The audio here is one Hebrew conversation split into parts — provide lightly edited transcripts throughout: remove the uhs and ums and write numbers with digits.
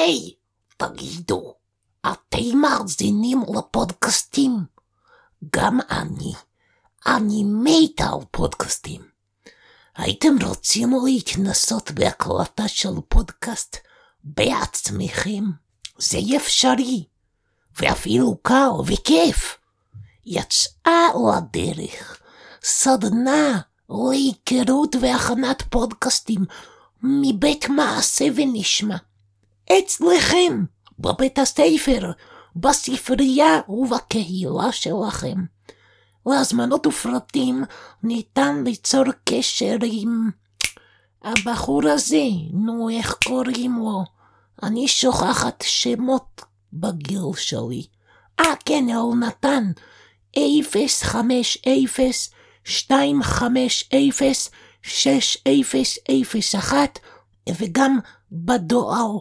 היי, תגידו, אתם מאזינים לפודקאסטים? גם אני מת על פודקאסטים. הייתם רוצים להתנסות בהקלטה של פודקאסט בעצמכם? זה אפשרי, ואפילו קל וכיף. יצאה לדרך סדנה להיכרות והכנת פודקאסטים מבית מעשה ונשמע. אצלכם, בבית הספר, בספרייה ובקהילה שלכם. להזמנות ופרטים ניתן ליצור קשר עם הבחור הזה, איך קוראים לו? אני שוכחת שמות בגיל שלי. כן, אלנתן, 050-250-6001, וגם בדואר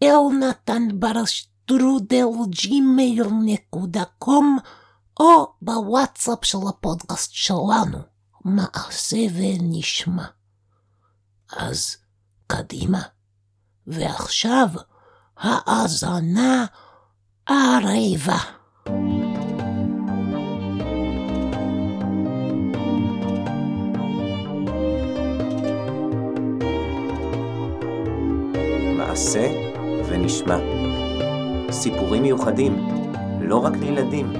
elnatanbarstrudel@gmail.com, או בוואטסאפ של הפודקאסט שלנו, מעשה ונשמע. אז קדימה, ועכשיו האזנה ערבה. מעשה ונשמע. סיפורים מיוחדים, לא רק לילדים.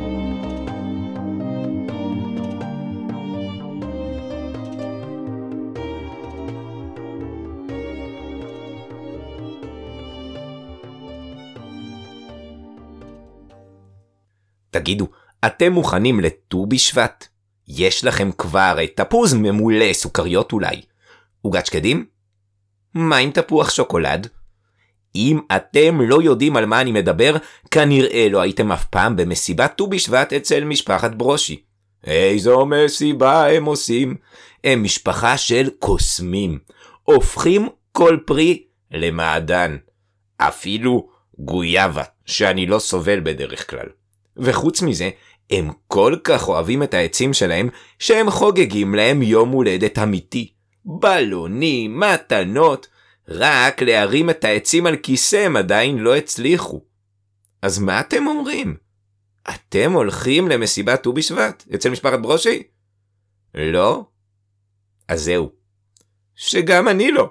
תגידו, אתם מוכנים לט"ו בשבט? יש לכם כבר תפוז ממולא סוכריות אולי. עוגת שקדים? מה עם תפוח שוקולד? אם אתם לא יודעים על מה אני מדבר, כנראה לא הייתם אף פעם במסיבת ט"ו בשבט אצל משפחת ברושי. איזו מסיבה הם עושים? הם משפחה של קוסמים. הופכים כל פרי למעדן. אפילו גויאבה, שאני לא סובל בדרך כלל. וחוץ מזה, הם כל כך אוהבים את העצים שלהם, שהם חוגגים להם יום הולדת אמיתי. בלונים, מתנות, רק להרים את העצים על כיסא הם עדיין לא הצליחו. אז מה אתם אומרים? אתם הולכים למסיבת ט"ו בשבט אצל משפחת ברושי? לא? אז זהו. שגם אני לא.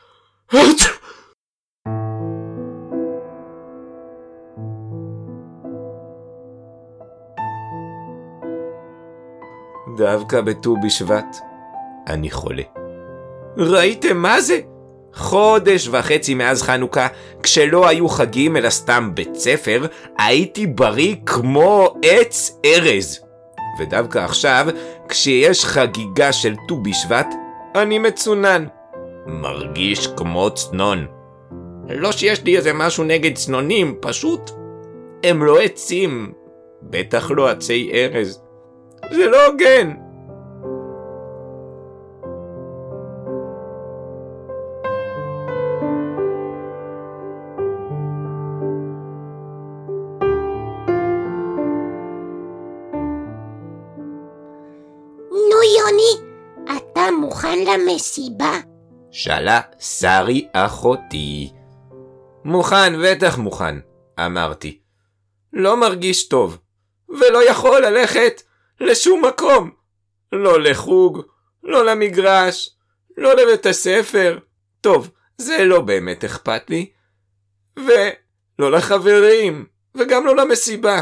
דווקא בט"ו בשבט אני חולה. ראיתם מה זה? חודש וחצי מאז חנוכה, כשלא היו חגים אלא סתם בית ספר, הייתי בריא כמו עץ ארז. ודווקא עכשיו, כשיש חגיגה של ט"ו בשבט, אני מצונן. מרגיש כמו צנון. לא שיש לי איזה משהו נגד צנונים, פשוט הם לא עצים, בטח לא עצי ארז. זה לא הוגן. יוני, אתה מוכן למסיבה? שאלה שרי אחותי. מוכן, בטח מוכן, אמרתי. לא מרגיש טוב, ולא יכול ללכת לשום מקום. לא לחוג, לא למגרש, לא לבית הספר. טוב, זה לא באמת אכפת לי. ולא לחברים, וגם לא למסיבה.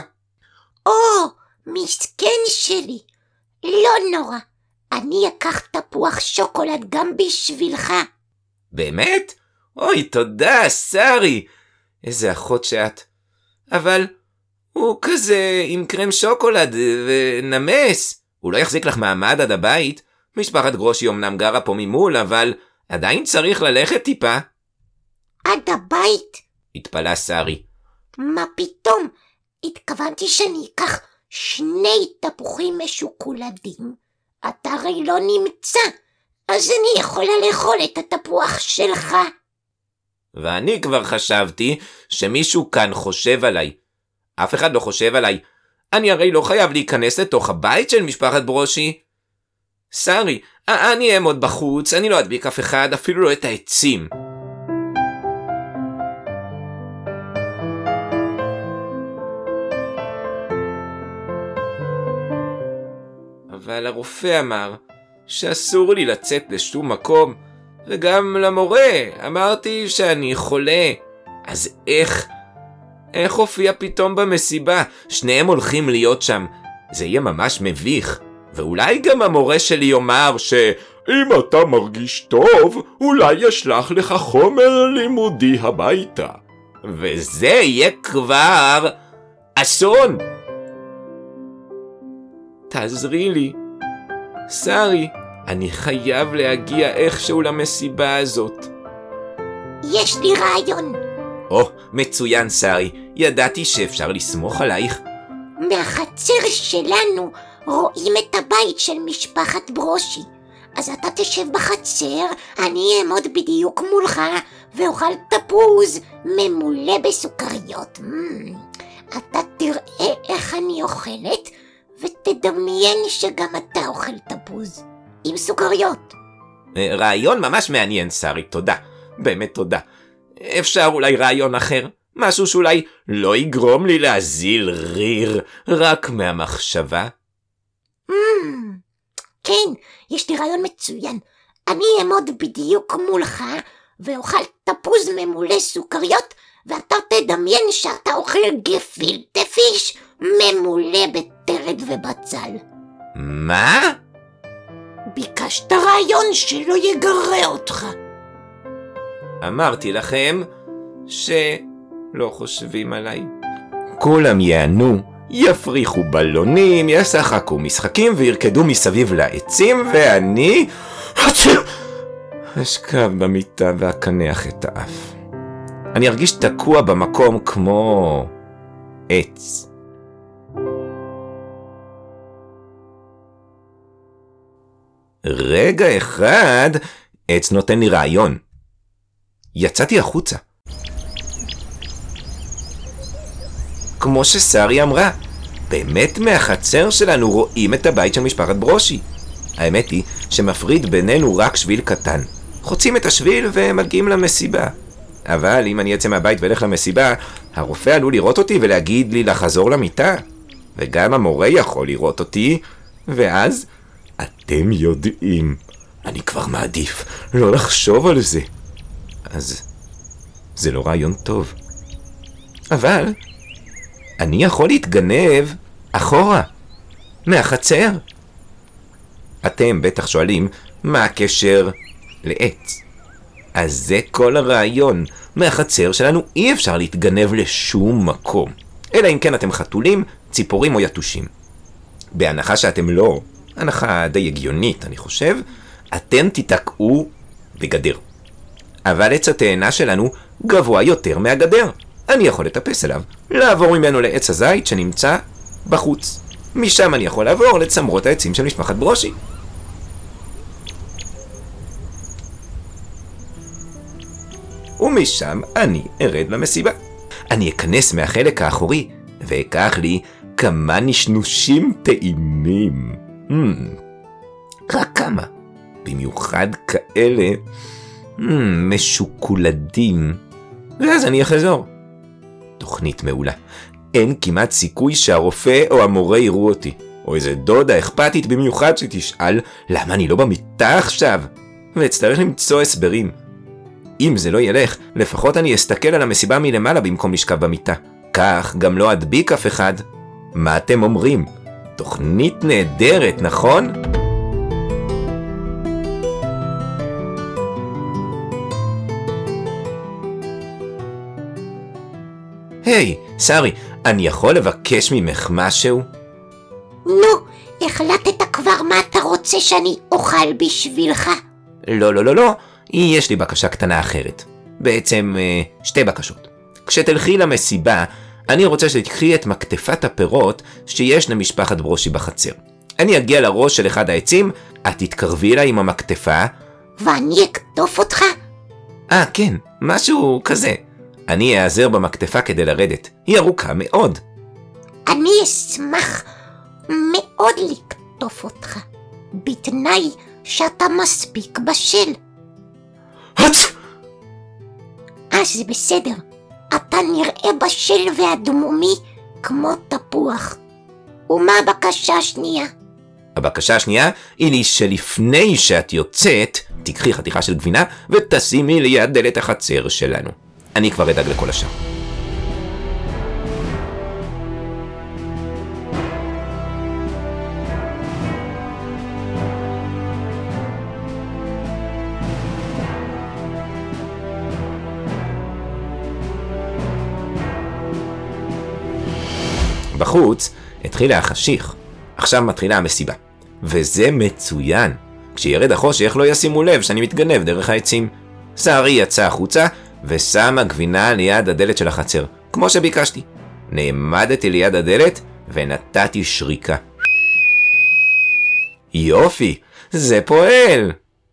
מסכן שלי. לא נורא, אני אקח תפוח שוקולד גם בשבילך. באמת? אוי, תודה, שרי. איזה אחות שאת. אבל הוא כזה עם קרם שוקולד ונמס. הוא לא יחזיק לך מעמד עד הבית. משפחת גרושי אמנם גרה פה ממול, אבל עדיין צריך ללכת טיפה. עד הבית? התפלא שרי. מה פתאום? התכוונתי שאני אקח 2 תפוחים משוקולדים. אתה הרי לא נמצא, אז אני יכולה לאכול את התפוח שלך. ואני כבר חשבתי שמישהו כאן חושב עליי. אף אחד לא חושב עליי. אני הרי לא חייב להיכנס לתוך הבית של משפחת ברושי. שרי, אני אעמוד בחוץ, אני לא אדביק אף אחד, אפילו לא את העצים. אבל הרופא אמר שאסור לי לצאת לשום מקום, וגם למורה אמרתי שאני חולה. אז איך הופיע פתאום במסיבה? שניהם הולכים להיות שם. זה יהיה ממש מביך. ואולי גם המורה שלי יאמר שאם אתה מרגיש טוב, אולי ישלח לך חומר לימודי הביתה. וזה יהיה כבר אסון. תעזרי לי. שרי, אני חייב להגיע איכשהו למסיבה הזאת. יש לי רעיון. מצוין שרי, ידעתי שאפשר לסמוך עלייך. מהחצר שלנו רואים את הבית של משפחת ברושי. אז אתה תשב בחצר, אני אעמוד בדיוק מולך ואוכל תפוז ממולא בסוכריות. אתה תראה איך אני אוכלת ותדמיין שגם אתה אוכל תפוז עם סוכריות. רעיון ממש מעניין שרי, תודה. באמת תודה. אפשר אולי רעיון אחר? משהו שאולי לא יגרום לי להזיל ריר רק מהמחשבה? כן, יש לי רעיון מצוין. אני אעמוד בדיוק מולך ואוכל תפוז ממולא סוכריות, ואתה תדמיין שאתה אוכל גפילטע פיש ממולא בטרד ובצל. מה? ביקשת רעיון שלא יגרה אותך. אמרתי לכם שלא חושבים עליי. כולם יענו, יפריחו בלונים, ישחקו משחקים וירקדו מסביב לעצים, ואני אשכב במיטה ואקנח את האף. אני ארגיש תקוע במקום כמו עץ. רגע אחד, עץ נותן לי רעיון. יצאתי החוצה. כמו ששרי אמרה, באמת מהחצר שלנו רואים את הבית של משפחת ברושי. האמת היא שמפריד בינינו רק שביל קטן. חוצים את השביל ומגיעים למסיבה. אבל אם אני אצא מהבית ואלך למסיבה, הרופא עלול לראות אותי ולהגיד לי לחזור למיטה. וגם המורה יכול לראות אותי, ואז אתם יודעים. אני כבר מעדיף לא לחשוב על זה. אז זה לא רעיון טוב. אבל אני יכול להתגנב אחורה, מהחצר. אתם בטח שואלים, מה הקשר לעץ? אז זה כל הרעיון. מהחצר שלנו אי אפשר להתגנב לשום מקום. אלא אם כן אתם חתולים, ציפורים או יתושים. בהנחה שאתם לא, הנחה די הגיונית אני חושב, אתם תתקעו בגדר. אבל עץ התאנה שלנו גבוה יותר מהגדר. אני יכול לטפס אליו, לעבור ממנו לעץ הזית שנמצא בחוץ. משם אני יכול לעבור לצמרות העצים של משפחת ברושי. ומשם אני ארד למסיבה. אני אכנס מהחלק האחורי ואקח לי כמה נשנושים טעימים. רק כמה. במיוחד כאלה משוקולדים. ואז אני אחזור. תוכנית מעולה. אין כמעט סיכוי שהרופא או המורה יראו אותי. או איזה דודה אכפתית במיוחד שתשאל למה אני לא במיטה עכשיו. ואצטרך למצוא הסברים. אם זה לא ילך, לפחות אני אסתכל על המסיבה מלמעלה במקום לשכב במיטה. כך גם לא אדביק אף אחד. מה אתם אומרים? תוכנית נהדרת, נכון? היי, שרי, אני יכול לבקש ממך משהו? נו, החלטת כבר מה אתה רוצה שאני אוכל בשבילך? לא, יש לי בקשה קטנה אחרת. בעצם שתי בקשות. כשתלכי למסיבה, אני רוצה שתקחי את מקטפת הפירות שיש למשפחת ברושי בחצר. אני אגיע לראש של אחד העצים, את תתקרבי אליי עם המקטפה. ואני אקטוף אותך? כן, משהו כזה. אני אעזר במקטפה כדי לרדת. היא ארוכה מאוד. אני אשמח מאוד לקטוף אותך, בתנאי שאתה מספיק בשל. אז בסדר, אתה נראה בשל ואדמומי כמו תפוח. ומה הבקשה השנייה? הבקשה השנייה היא לי שלפני שאת יוצאת, תיקחי חתיכה של גבינה ותשימי ליד דלת החצר שלנו. אני כבר אדאג לכל השאר. בחוץ התחילה החשיך, עכשיו מתחילה המסיבה. וזה מצוין. כשירד החושך לא ישימו לב שאני מתגנב דרך העצים. שערי יצא החוצה ושמה גבינה ליד הדלת של החצר, כמו שביקשתי. נעמדתי ליד הדלת ונתתי שריקה. יופי, זה פועל.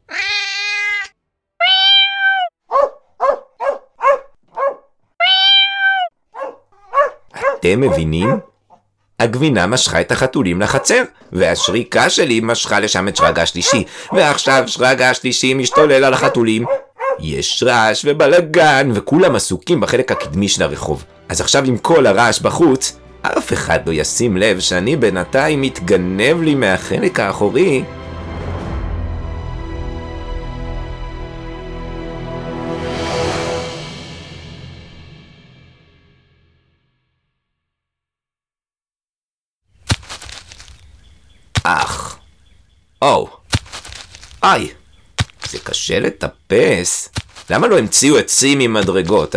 אתם מבינים? הגבינה משכה את החתולים לחצר, והשריקה שלי משכה לשם את שרגא השלישי, ועכשיו שרגא השלישי משתולל על החתולים. יש רעש ובלגן, וכולם עסוקים בחלק הקדמי של הרחוב. אז עכשיו עם כל הרעש בחוץ, אף אחד לא ישים לב שאני בינתיים מתגנב לי מהחלק האחורי. איי, זה קשה לטפס. למה לא המציאו עצים עם מדרגות,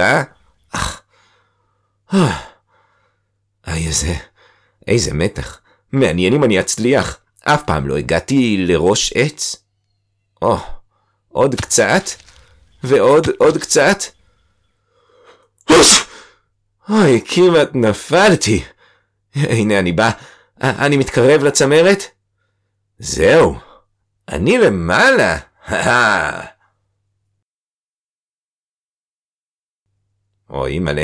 איזה מתח. מעניין אם אני אצליח. אף פעם לא הגעתי לראש עץ. עוד קצת, ועוד קצת. אוי, כמעט נפלתי. הנה אני בא. אני מתקרב לצמרת. זהו. אני למעלה. אוי, מלא.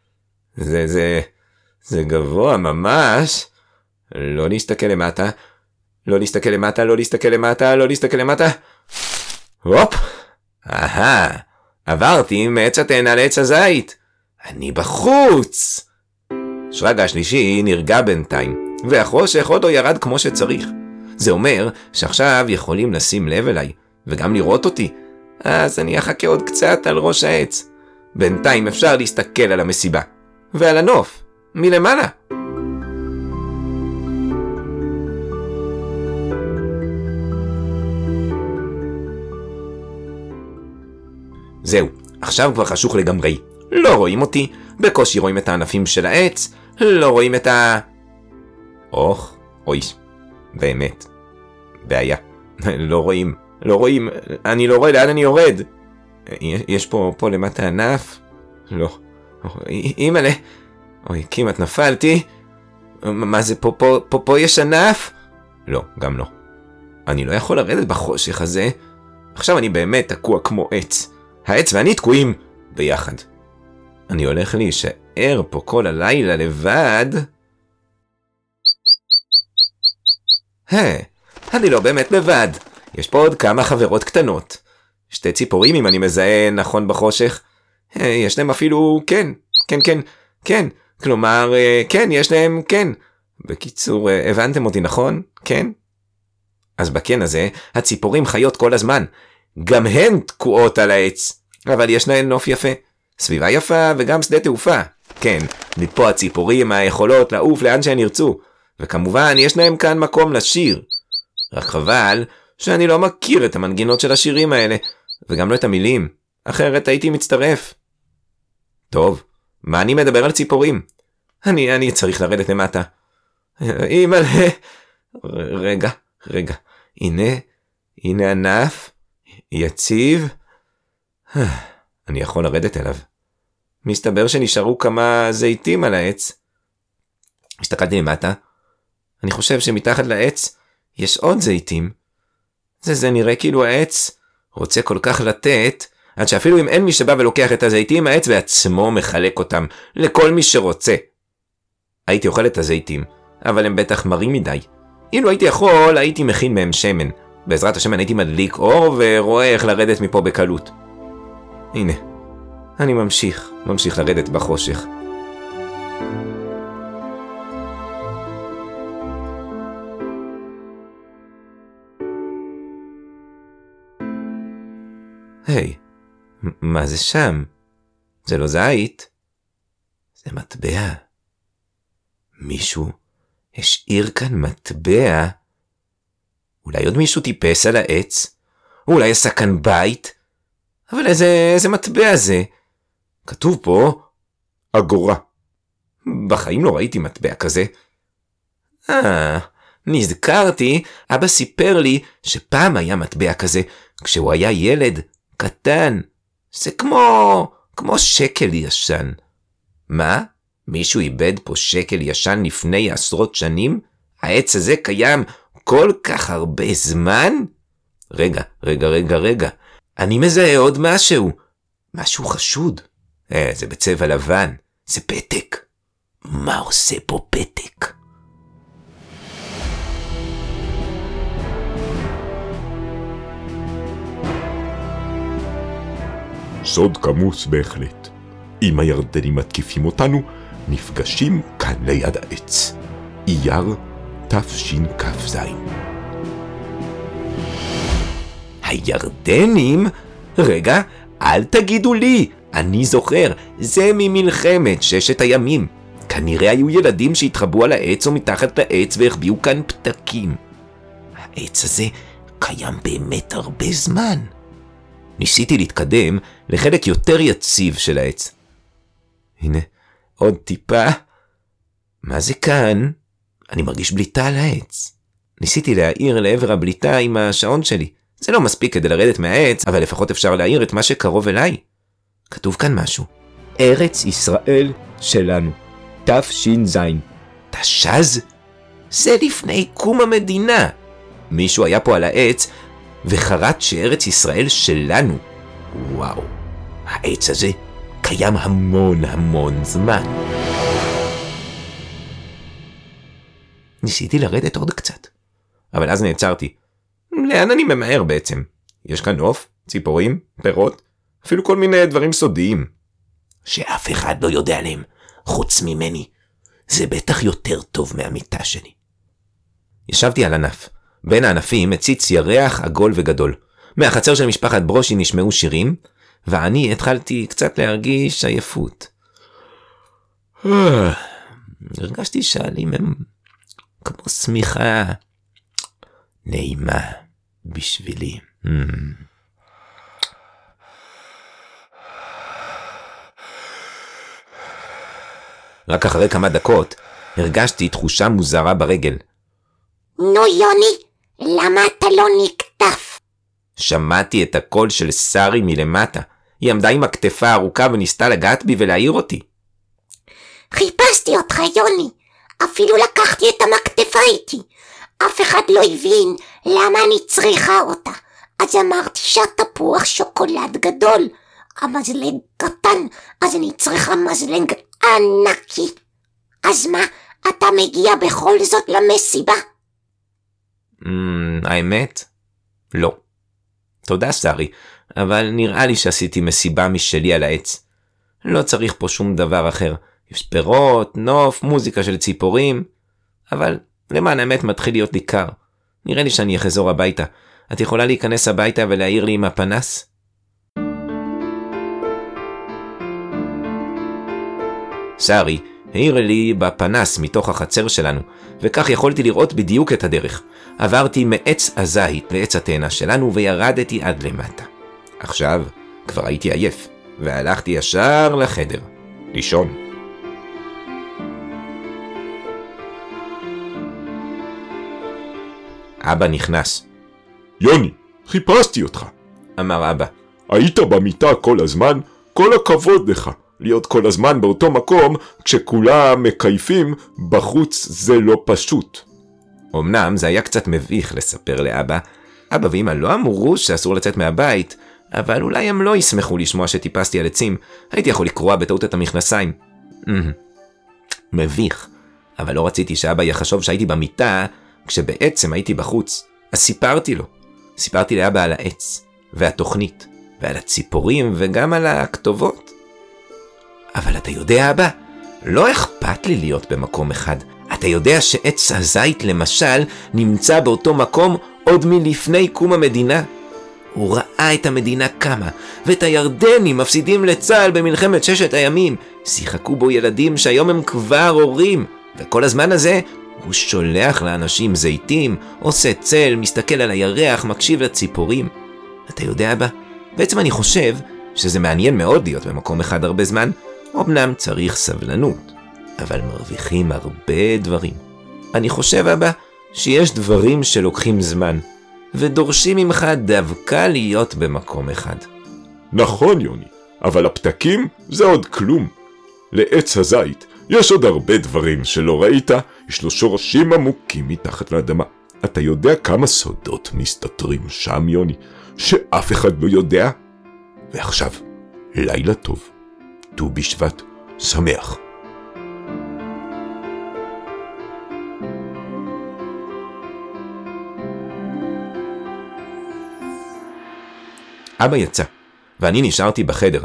זה גבוה ממש. לא להסתכל למטה. לא להסתכל למטה, לא להסתכל למטה, לא להסתכל למטה. הופ. עברתי מעץ התאנה לעץ הזית. אני בחוץ. שרגא השלישי נרגע בינתיים, והחושך עוד לא ירד כמו שצריך. זה אומר שעכשיו יכולים לשים לב אליי, וגם לראות אותי. אז אני אחכה עוד קצת על ראש העץ. בינתיים אפשר להסתכל על המסיבה, ועל הנוף, מלמעלה. זהו, עכשיו כבר חשוך לגמרי. לא רואים אותי, בקושי רואים את הענפים של העץ, לא רואים את אוי, באמת. בעיה. לא רואים, אני לא רואה לאן אני יורד. יש פה למטה ענף? לא. אימא'לה. אוי, כמעט נפלתי. מה זה, פה יש ענף? לא, גם לא. אני לא יכול לרדת בחושך הזה. עכשיו אני באמת תקוע כמו עץ. העץ ואני תקועים ביחד. אני הולך להישאר פה כל הלילה לבד. אני לא באמת לבד. יש פה עוד כמה חברות קטנות. 2 ציפורים אם אני מזהה נכון בחושך. יש להם אפילו כן. כלומר, כן, יש להם כן. בקיצור, הבנתם אותי נכון? כן? אז בכן הזה, הציפורים חיות כל הזמן. גם הן תקועות על העץ. אבל יש להן נוף יפה. סביבה יפה וגם שדה תעופה. כן, מפה הציפורים היכולות לעוף לאן שהן ירצו. וכמובן, יש להם כאן מקום לשיר. רק חבל שאני לא מכיר את המנגינות של השירים האלה, וגם לא את המילים. אחרת הייתי מצטרף. טוב, מה אני מדבר על ציפורים? אני צריך לרדת למטה. אימא'לה. רגע. הנה ענף. יציב. אני יכול לרדת אליו. מסתבר שנשארו כמה זיתים על העץ. הסתכלתי למטה. אני חושב שמתחת לעץ יש עוד זיתים. זה נראה כאילו העץ רוצה כל כך לתת, עד שאפילו אם אין מי שבא ולוקח את הזיתים, העץ בעצמו מחלק אותם לכל מי שרוצה. הייתי אוכל את הזיתים, אבל הם בטח מרים מדי. אילו הייתי יכול, הייתי מכין מהם שמן. בעזרת השמן הייתי מדליק אור ורואה איך לרדת מפה בקלות. הנה, אני ממשיך לרדת בחושך. היי, מה זה שם? זה לא זית. זה מטבע. מישהו השאיר כאן מטבע. אולי עוד מישהו טיפס על העץ? אולי עשה כאן בית? אבל איזה מטבע זה? כתוב פה אגורה. בחיים לא ראיתי מטבע כזה. נזכרתי, אבא סיפר לי שפעם היה מטבע כזה, כשהוא היה ילד קטן. זה כמו שקל ישן. מה? מישהו איבד פה שקל ישן לפני עשרות שנים? העץ הזה קיים כל כך הרבה זמן? רגע. אני מזהה עוד משהו. משהו חשוד. זה בצבע לבן. זה פתק. מה עושה פה פתק? סוד כמוס בהחלט. אם הירדנים מתקיפים אותנו, נפגשים כאן ליד העץ. אייר תשכ"ז. הירדנים? רגע, אל תגידו לי. אני זוכר, זה ממלחמת 6 הימים. כנראה היו ילדים שהתחבאו על העץ או מתחת לעץ והחביאו כאן פתקים. העץ הזה קיים באמת הרבה זמן. ניסיתי להתקדם לחלק יותר יציב של העץ. הנה, עוד טיפה. מה זה כאן? אני מרגיש בליטה על העץ. ניסיתי להעיר לעבר הבליטה עם השעון שלי. זה לא מספיק כדי לרדת מהעץ, אבל לפחות אפשר להעיר את מה שקרוב אליי. כתוב כאן משהו. ארץ ישראל שלנו. תש"ז. תש"ז? זה לפני קום המדינה. מישהו היה פה על העץ וחרט שארץ ישראל שלנו. וואו, העץ הזה קיים המון זמן. ניסיתי לרדת עוד קצת, אבל אז נעצרתי. לאן אני ממהר בעצם? יש כאן נוף, ציפורים, פירות, אפילו כל מיני דברים סודיים שאף אחד לא יודע עליהם חוץ ממני. זה בטח יותר טוב מהמיטה שלי. ישבתי על ענף. בין הענפים הציץ ירח עגול וגדול. מהחצר של משפחת ברושי נשמעו שירים, ואני התחלתי קצת להרגיש עייפות. הרגשתי שעלים הם כמו שמיכה נעימה בשבילי. רק אחרי כמה דקות הרגשתי תחושה מוזרה ברגל. נו יוני, למה אתה לא נקטף? שמעתי את הקול של שרי מלמטה. היא עמדה עם הכתפה הארוכה וניסתה לגעת בי ולהעיר אותי. חיפשתי אותך יוני, אפילו לקחתי את המכתפה איתי. אף אחד לא הבין למה אני צריכה אותה. אז אמרתי שהתפוח שוקולד גדול, המזלג קטן, אז אני צריכה מזלג ענקי. אז מה, אתה מגיע בכל זאת למסיבה? האמת? לא. תודה שרי, אבל נראה לי שעשיתי מסיבה משלי על העץ. לא צריך פה שום דבר אחר. יש פירות, נוף, מוזיקה של ציפורים, אבל למען האמת מתחיל להיות לי קר. נראה לי שאני אחזור הביתה. את יכולה להיכנס הביתה ולהעיר לי עם הפנס? שרי העיר לי בפנס מתוך החצר שלנו, וכך יכולתי לראות בדיוק את הדרך. עברתי מעץ הזית לעץ התאנה שלנו וירדתי עד למטה. עכשיו כבר הייתי עייף, והלכתי ישר לחדר, לישון. אבא נכנס. יוני, חיפשתי אותך. אמר אבא. היית במיטה כל הזמן, כל הכבוד לך. להיות כל הזמן באותו מקום, כשכולם מקייפים, בחוץ זה לא פשוט. אמנם זה היה קצת מביך לספר לאבא. אבא ואמא לא אמרו שאסור לצאת מהבית, אבל אולי הם לא ישמחו לשמוע שטיפסתי על עצים. הייתי יכול לקרוע בטעות את המכנסיים. מביך. אבל לא רציתי שאבא יחשוב שהייתי במיטה, כשבעצם הייתי בחוץ. אז סיפרתי לו. סיפרתי לאבא על העץ, והתוכנית, ועל הציפורים, וגם על הכתובות. אבל אתה יודע, אבא, לא אכפת לי להיות במקום אחד. אתה יודע שעץ הזית למשל נמצא באותו מקום עוד מלפני קום המדינה. הוא ראה את המדינה קמה, ואת הירדנים מפסידים לצה"ל במלחמת 6 הימים. שיחקו בו ילדים שהיום הם כבר הורים, וכל הזמן הזה הוא שולח לאנשים זיתים, עושה צל, מסתכל על הירח, מקשיב לציפורים. אתה יודע אבא? בעצם אני חושב שזה מעניין מאוד להיות במקום אחד הרבה זמן. אמנם צריך סבלנות, אבל מרוויחים הרבה דברים. אני חושב אבא שיש דברים שלוקחים זמן, ודורשים ממך דווקא להיות במקום אחד. נכון יוני, אבל הפתקים זה עוד כלום. לעץ הזית יש עוד הרבה דברים שלא ראית, יש לו שורשים עמוקים מתחת לאדמה. אתה יודע כמה סודות מסתתרים שם יוני, שאף אחד לא יודע? ועכשיו, לילה טוב, ט"ו בשבט שמח. אבא יצא, ואני נשארתי בחדר.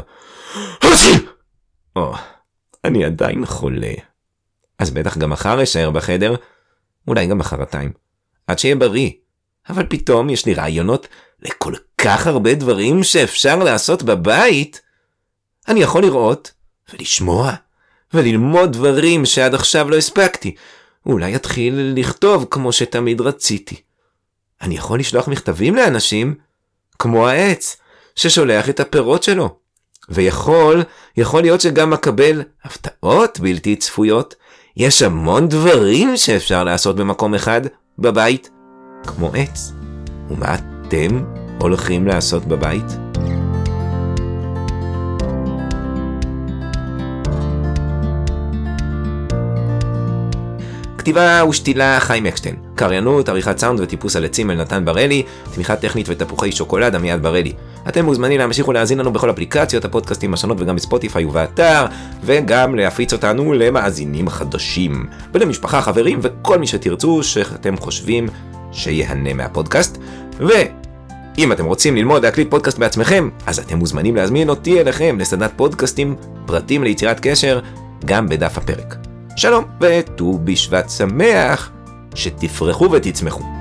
אני עדיין חולה. אז בטח גם מחר אשאר בחדר, אולי גם מחרתיים. עד שיהיה בריא. אבל פתאום יש לי רעיונות לכל כך הרבה דברים שאפשר לעשות בבית. אני יכול לראות ולשמוע וללמוד דברים שעד עכשיו לא הספקתי. אולי אתחיל לכתוב כמו שתמיד רציתי. אני יכול לשלוח מכתבים לאנשים כמו העץ ששולח את הפירות שלו. ויכול להיות שגם מקבל הפתעות בלתי צפויות. יש המון דברים שאפשר לעשות במקום אחד בבית, כמו עץ. ומה אתם הולכים לעשות בבית? כתיבה ושתילה חיים אקשטיין, קריינות, עריכת סאונד וטיפוס על עצים נתן ברלי, תמיכה טכנית ותפוחי שוקולד עמיעד ברלי. אתם מוזמנים להמשיך ולהאזין לנו בכל אפליקציות הפודקאסטים השונות וגם בספוטיפיי ובאתר, וגם להפיץ אותנו למאזינים חדשים ולמשפחה, חברים וכל מי שתרצו שאתם חושבים שיהנה מהפודקאסט. ואם אתם רוצים ללמוד להקליט פודקאסט בעצמכם, אז אתם מוזמנים להזמין אותי אליכם לסדנת פודקאסטים פרטים ליצירת קשר גם בדף הפרק. שלום וט"ו בשבט שמח, שתפרחו ותצמחו.